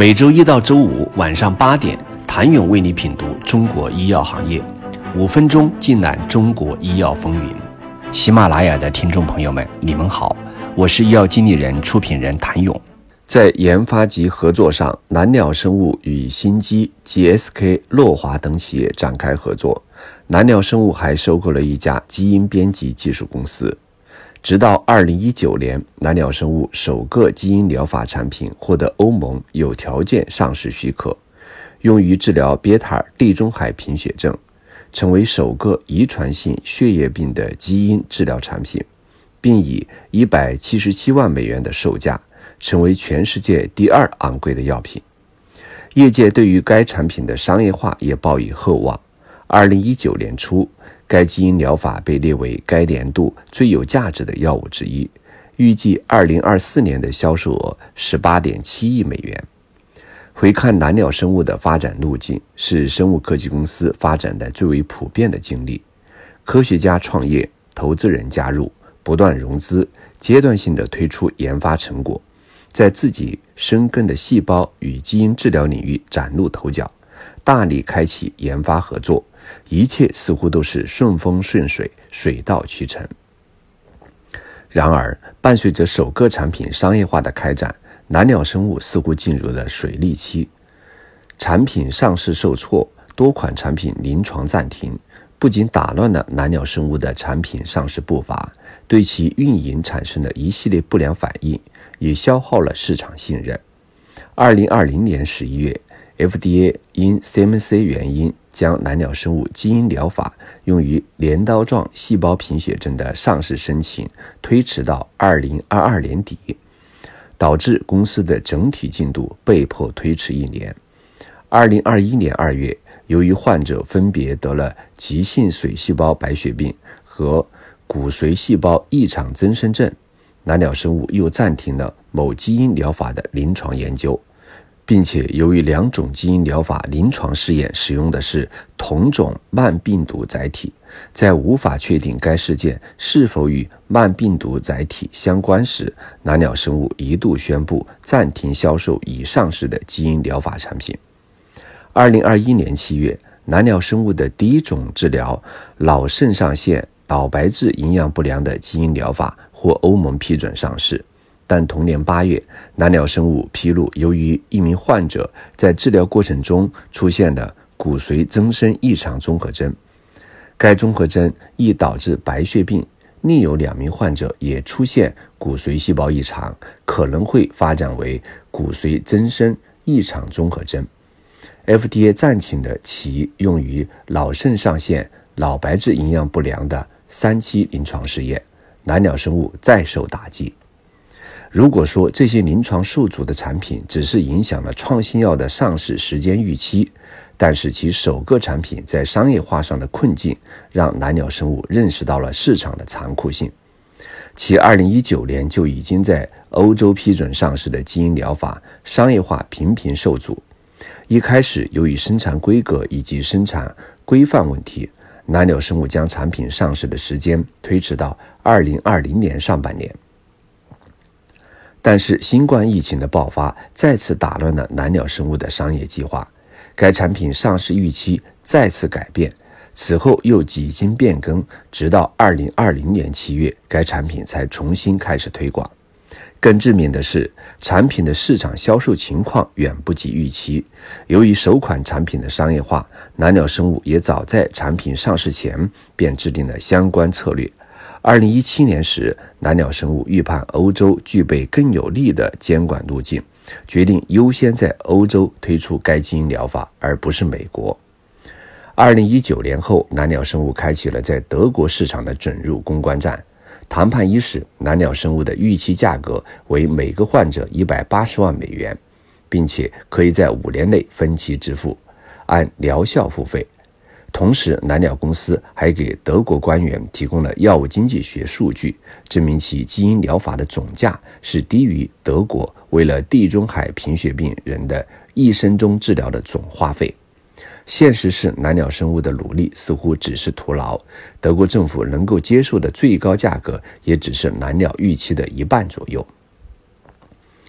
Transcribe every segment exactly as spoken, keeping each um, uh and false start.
每周一到周五晚上八点，谭勇为你品读中国医药行业，五分钟尽览中国医药风云。喜马拉雅的听众朋友们，你们好，我是医药经理人、出品人谭勇。在研发及合作上，南鸟生物与新基、G S K、洛华等企业展开合作。南鸟生物还收购了一家基因编辑技术公司。直到二零一九年，南鸟生物首个基因疗法产品获得欧盟有条件上市许可，用于治疗别塔尔地中海贫血症，成为首个遗传性血液病的基因治疗产品，并以一百七十七万美元的售价成为全世界第二昂贵的药品。业界对于该产品的商业化也抱以厚望。二零一九年初，该基因疗法被列为该年度最有价值的药物之一，预计二零二四年的销售额 十八点七亿美元。回看南鸟生物的发展路径，是生物科技公司发展的最为普遍的经历。科学家创业，投资人加入，不断融资，阶段性的推出研发成果，在自己深耕的细胞与基因治疗领域崭露头角，大力开启研发合作，一切似乎都是顺风顺水，水到渠成。然而，伴随着首个产品商业化的开展，南鸟生物似乎进入了水逆期。产品上市受挫，多款产品临床暂停，不仅打乱了南鸟生物的产品上市步伐，对其运营产生了一系列不良反应，也消耗了市场信任。二零二零年十一月，F D A 因 C M C 原因将南鸟生物基因疗法用于镰刀状细胞贫血症的上市申请推迟到二零二二年底，导致公司的整体进度被迫推迟一年。二零二一年二月，由于患者分别得了急性髓细胞白血病和骨髓细胞异常增生症，南鸟生物又暂停了某基因疗法的临床研究，并且由于两种基因疗法临床试验使用的是同种慢病毒载体，在无法确定该事件是否与慢病毒载体相关时，南鸟生物一度宣布暂停销售已上市的基因疗法产品。二零二一年七月，南鸟生物的第一种治疗脑肾上腺脑白质营养不良的基因疗法获欧盟批准上市。但同年八月，南鸟生物披露，由于一名患者在治疗过程中出现了骨髓增生异常综合征，该综合征易导致白血病，另有两名患者也出现骨髓细胞异常，可能会发展为骨髓增生异常综合征。F D A 暂停了其用于脑肾上腺脑白质营养不良的三期临床试验，南鸟生物再受打击。如果说这些临床受阻的产品只是影响了创新药的上市时间预期，但是其首个产品在商业化上的困境让南鸟生物认识到了市场的残酷性。其二零一九年就已经在欧洲批准上市的基因疗法商业化频频受阻。一开始由于生产规格以及生产规范问题，南鸟生物将产品上市的时间推迟到二零二零年上半年。但是新冠疫情的爆发再次打乱了南鸟生物的商业计划，该产品上市预期再次改变，此后又几经变更，直到二零二零年七月，该产品才重新开始推广。更致命的是，产品的市场销售情况远不及预期。由于首款产品的商业化，南鸟生物也早在产品上市前便制定了相关策略。二零一七年时，南鸟生物预判欧洲具备更有利的监管路径，决定优先在欧洲推出该基因疗法，而不是美国。二零一九年后，南鸟生物开启了在德国市场的准入攻关战。谈判伊始，南鸟生物的预期价格为每个患者一百八十万美元，并且可以在五年内分期支付，按疗效付费。同时，南鸟公司还给德国官员提供了药物经济学数据，证明其基因疗法的总价是低于德国为了地中海贫血病人的一生中治疗的总花费。现实是，南鸟生物的努力似乎只是徒劳，德国政府能够接受的最高价格也只是南鸟预期的一半左右。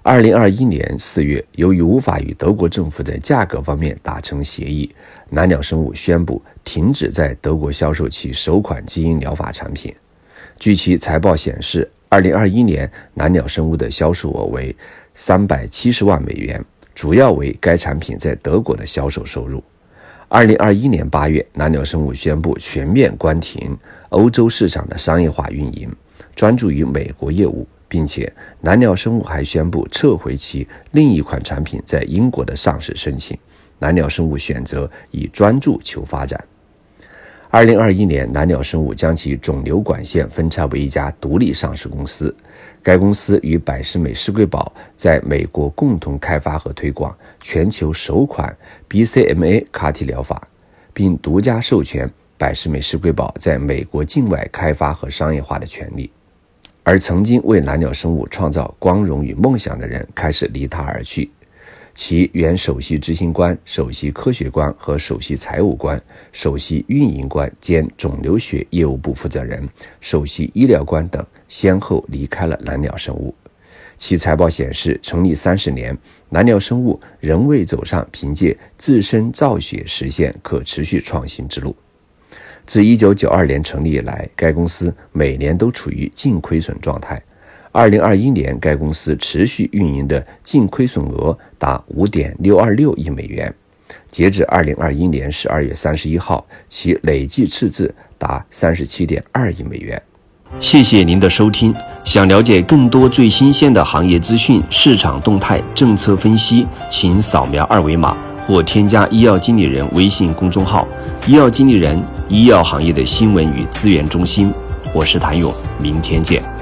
二零二一年四月，由于无法与德国政府在价格方面达成协议，蓝鸟生物宣布停止在德国销售其首款基因疗法产品。据其财报显示，二零二一年蓝鸟生物的销售额为三百七十万美元，主要为该产品在德国的销售收入。二零二一年八月，蓝鸟生物宣布全面关停欧洲市场的商业化运营，专注于美国业务，并且蓝鸟生物还宣布撤回其另一款产品在英国的上市申请。蓝鸟生物选择以专注求发展。二零二一年，蓝鸟生物将其肿瘤管线分拆为一家独立上市公司，该公司与百时美施贵宝在美国共同开发和推广全球首款 B C M A 卡体疗法，并独家授权百时美施贵宝在美国境外开发和商业化的权利。而曾经为蓝鸟生物创造光荣与梦想的人开始离他而去，其原首席执行官、首席科学官和首席财务官、首席运营官兼肿瘤学业务部负责人、首席医疗官等先后离开了蓝鸟生物。其财报显示，成立三十年，蓝鸟生物仍未走上凭借自身造血实现可持续创新之路。自一九九二年成立以来，该公司每年都处于净亏损状态。二零二一年，该公司持续运营的净亏损额达 五点六二六亿美元。截至二零二一年十二月三十一号，其累计赤字达 三十七点二亿美元。谢谢您的收听。想了解更多最新鲜的行业资讯、市场动态、政策分析，请扫描二维码或添加医药经理人微信公众号“医药经理人”，医药行业的新闻与资源中心。我是谭勇，明天见。